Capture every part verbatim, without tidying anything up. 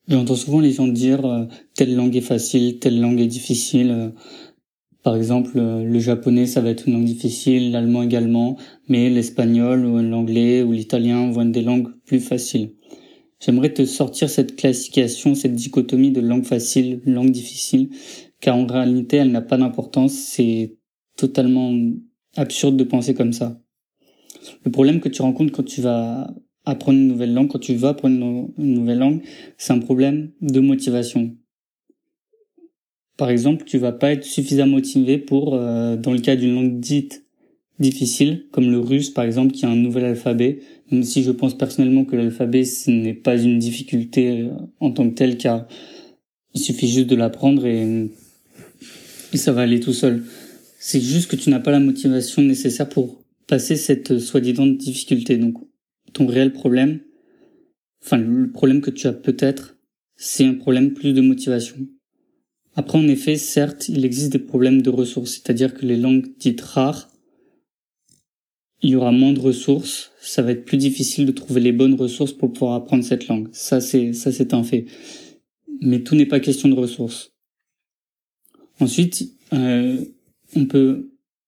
J'entends souvent les gens dire euh, telle langue est facile, telle langue est difficile. euh, Par exemple, euh, le japonais, ça va être une langue difficile, l'allemand également, mais l'espagnol ou l'anglais ou l'italien vont être des langues plus faciles. J'aimerais te sortir cette classification, cette dichotomie de langue facile, langue difficile, car en réalité, elle n'a pas d'importance. C'est totalement absurde de penser comme ça. Le problème que tu rencontres quand tu vas apprendre une nouvelle langue, quand tu vas apprendre une une nouvelle langue, c'est un problème de motivation. Par exemple, tu vas pas être suffisamment motivé pour, euh, dans le cas d'une langue dite difficile, comme le russe par exemple, qui a un nouvel alphabet, même si je pense personnellement que l'alphabet ce n'est pas une difficulté euh, en tant que telle, car il suffit juste de l'apprendre et, et ça va aller tout seul. C'est juste que tu n'as pas la motivation nécessaire pour passer cette euh, soi-disant difficulté. Donc, ton réel problème, enfin le problème que tu as peut-être, c'est un problème plus de motivation. Après, en effet, certes, il existe des problèmes de ressources, c'est-à-dire que les langues dites rares, il y aura moins de ressources, ça va être plus difficile de trouver les bonnes ressources pour pouvoir apprendre cette langue. Ça, c'est, ça, c'est un fait. Mais tout n'est pas question de ressources. Ensuite, euh, on peut,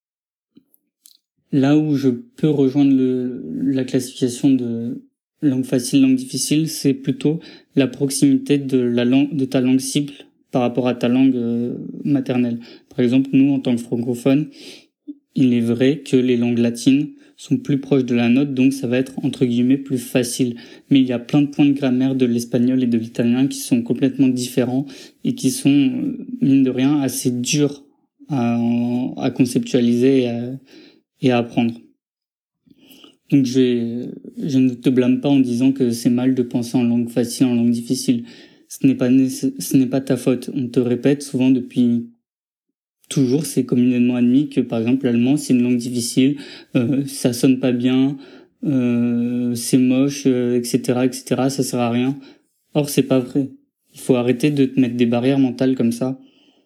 là où je peux rejoindre le, la classification de langue facile, langue difficile, c'est plutôt la proximité de la langue, de ta langue cible par rapport à ta langue euh, maternelle. Par exemple, nous, en tant que francophones, il est vrai que les langues latines sont plus proches de la nôtre, donc ça va être entre guillemets plus facile. Mais il y a plein de points de grammaire de l'espagnol et de l'italien qui sont complètement différents et qui sont, euh, mine de rien, assez durs à, à conceptualiser et à, et à apprendre. Donc je, vais, je ne te blâme pas en disant que c'est mal de penser en langue facile, en langue difficile. Ce n'est pas, ce n'est pas ta faute. On te répète souvent depuis toujours, c'est communément admis que par exemple l'allemand c'est une langue difficile, euh, ça sonne pas bien, euh, c'est moche, euh, et cetera, et cetera. Ça sert à rien. Or c'est pas vrai. Il faut arrêter de te mettre des barrières mentales comme ça.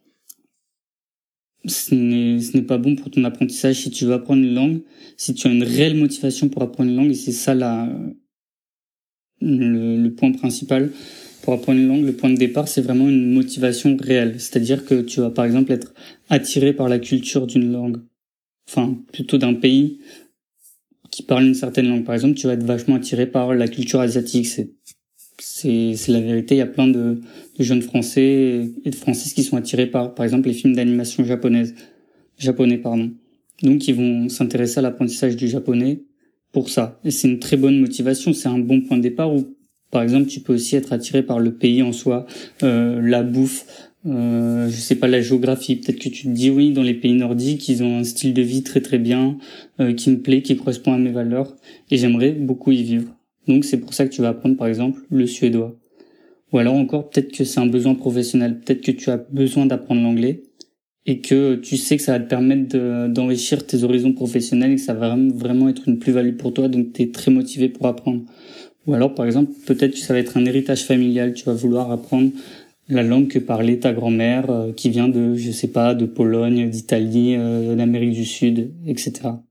Ce n'est, ce n'est pas bon pour ton apprentissage. Si tu veux apprendre une langue, si tu as une réelle motivation pour apprendre une langue, et c'est ça la, le, le point principal pour apprendre une langue, le point de départ, c'est vraiment une motivation réelle. C'est-à-dire que tu vas par exemple être attiré par la culture d'une langue, enfin plutôt d'un pays qui parle une certaine langue. Par exemple, tu vas être vachement attiré par la culture asiatique. C'est c'est c'est la vérité. Il y a plein de, de jeunes Français et de Françaises qui sont attirés par par exemple les films d'animation japonaise, japonais pardon. Donc ils vont s'intéresser à l'apprentissage du japonais pour ça. Et c'est une très bonne motivation. C'est un bon point de départ où par exemple tu peux aussi être attiré par le pays en soi, euh, la bouffe. Euh, je sais pas, la géographie, peut-être que tu te dis oui, dans les pays nordiques ils ont un style de vie très très bien, euh, qui me plaît, qui correspond à mes valeurs et j'aimerais beaucoup y vivre. Donc c'est pour ça que tu vas apprendre par exemple le suédois. Ou alors encore peut-être que c'est un besoin professionnel, peut-être que tu as besoin d'apprendre l'anglais et que tu sais que ça va te permettre de, d'enrichir tes horizons professionnels et que ça va vraiment être une plus-value pour toi, donc tu es très motivé pour apprendre. Ou alors par exemple peut-être que ça va être un héritage familial, tu vas vouloir apprendre la langue que parlait ta grand-mère, euh, qui vient de, je sais pas, de Pologne, d'Italie, euh, d'Amérique du Sud, et cetera.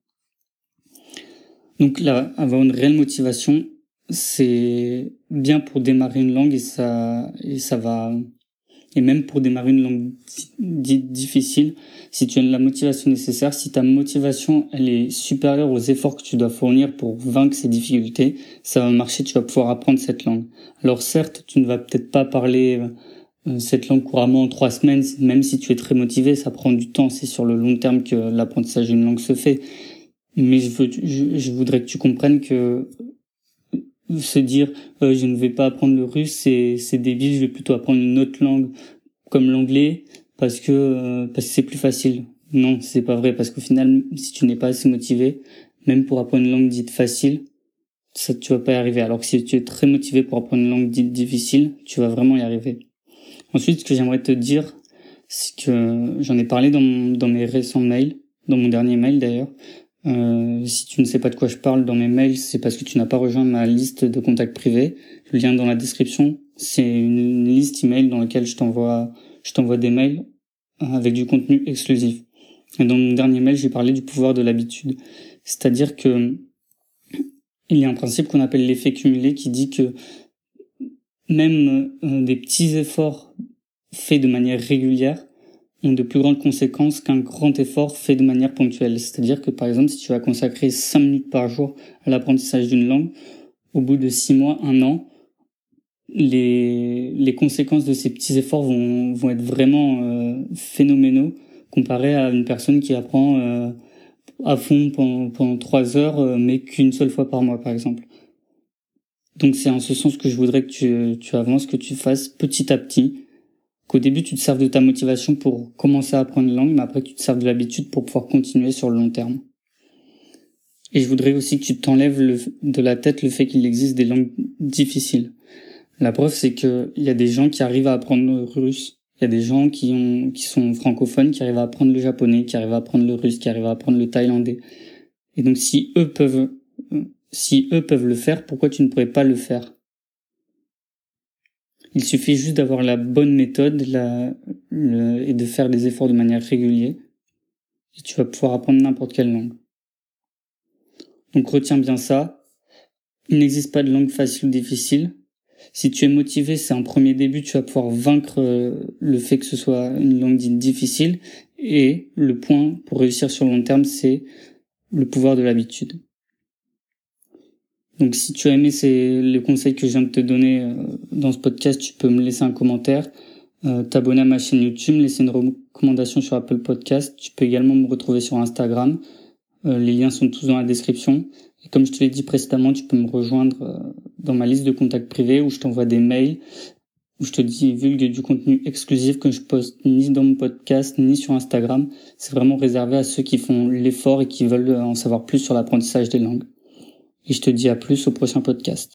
Donc là, avoir une réelle motivation, c'est bien pour démarrer une langue et ça, et ça va, et même pour démarrer une langue dite difficile, si tu as la motivation nécessaire, si ta motivation elle est supérieure aux efforts que tu dois fournir pour vaincre ces difficultés, ça va marcher, tu vas pouvoir apprendre cette langue. Alors certes, tu ne vas peut-être pas parler euh, cette langue couramment en trois semaines, même si tu es très motivé, ça prend du temps, c'est sur le long terme que l'apprentissage d'une langue se fait. Mais je, veux, je, je voudrais que tu comprennes que se dire euh, je ne vais pas apprendre le russe, c'est, c'est débile, je vais plutôt apprendre une autre langue comme l'anglais parce que euh, parce que c'est plus facile. Non, c'est pas vrai parce qu'au final, si tu n'es pas assez motivé, même pour apprendre une langue dite facile, ça tu vas pas y arriver. Alors que si tu es très motivé pour apprendre une langue dite difficile, tu vas vraiment y arriver. Ensuite, ce que j'aimerais te dire, c'est que j'en ai parlé dans mon, dans mes récents mails, dans mon dernier mail d'ailleurs. Euh, si tu ne sais pas de quoi je parle dans mes mails, c'est parce que tu n'as pas rejoint ma liste de contacts privés. Le lien dans la description, c'est une, une liste email dans laquelle je t'envoie, je t'envoie des mails avec du contenu exclusif. Et dans mon dernier mail, j'ai parlé du pouvoir de l'habitude. C'est-à-dire que il y a un principe qu'on appelle l'effet cumulé qui dit que même euh, des petits efforts faits de manière régulière ont de plus grandes conséquences qu'un grand effort fait de manière ponctuelle. C'est-à-dire que, par exemple, si tu vas consacrer cinq minutes par jour à l'apprentissage d'une langue, au bout de six mois, un an, les, les conséquences de ces petits efforts vont, vont être vraiment euh, phénoménaux comparé à une personne qui apprend euh, à fond pendant, pendant trois heures, euh, mais qu'une seule fois par mois, par exemple. Donc c'est en ce sens que je voudrais que tu, tu avances, que tu fasses petit à petit, qu'au début tu te serves de ta motivation pour commencer à apprendre une langue, mais après que tu te serves de l'habitude pour pouvoir continuer sur le long terme. Et je voudrais aussi que tu t'enlèves le, de la tête le fait qu'il existe des langues difficiles. La preuve, c'est que il y a des gens qui arrivent à apprendre le russe. Il y a des gens qui ont, qui sont francophones, qui arrivent à apprendre le japonais, qui arrivent à apprendre le russe, qui arrivent à apprendre le thaïlandais. Et donc, si eux peuvent, si eux peuvent le faire, pourquoi tu ne pourrais pas le faire? Il suffit juste d'avoir la bonne méthode, la, le, et de faire des efforts de manière régulière. Et tu vas pouvoir apprendre n'importe quelle langue. Donc, retiens bien ça. Il n'existe pas de langue facile ou difficile. Si tu es motivé, c'est un premier début, tu vas pouvoir vaincre le fait que ce soit une langue dite difficile. Et le point pour réussir sur le long terme, c'est le pouvoir de l'habitude. Donc si tu as aimé ces, les conseils que je viens de te donner dans ce podcast, tu peux me laisser un commentaire, euh, t'abonner à ma chaîne YouTube, me laisser une recommandation sur Apple Podcast. Tu peux également me retrouver sur Instagram. Euh, les liens sont tous dans la description. Et comme je te l'ai dit précédemment, tu peux me rejoindre dans ma liste de contacts privés où je t'envoie des mails, où je te divulgue du contenu exclusif que je poste ni dans mon podcast, ni sur Instagram. C'est vraiment réservé à ceux qui font l'effort et qui veulent en savoir plus sur l'apprentissage des langues. Et je te dis à plus au prochain podcast.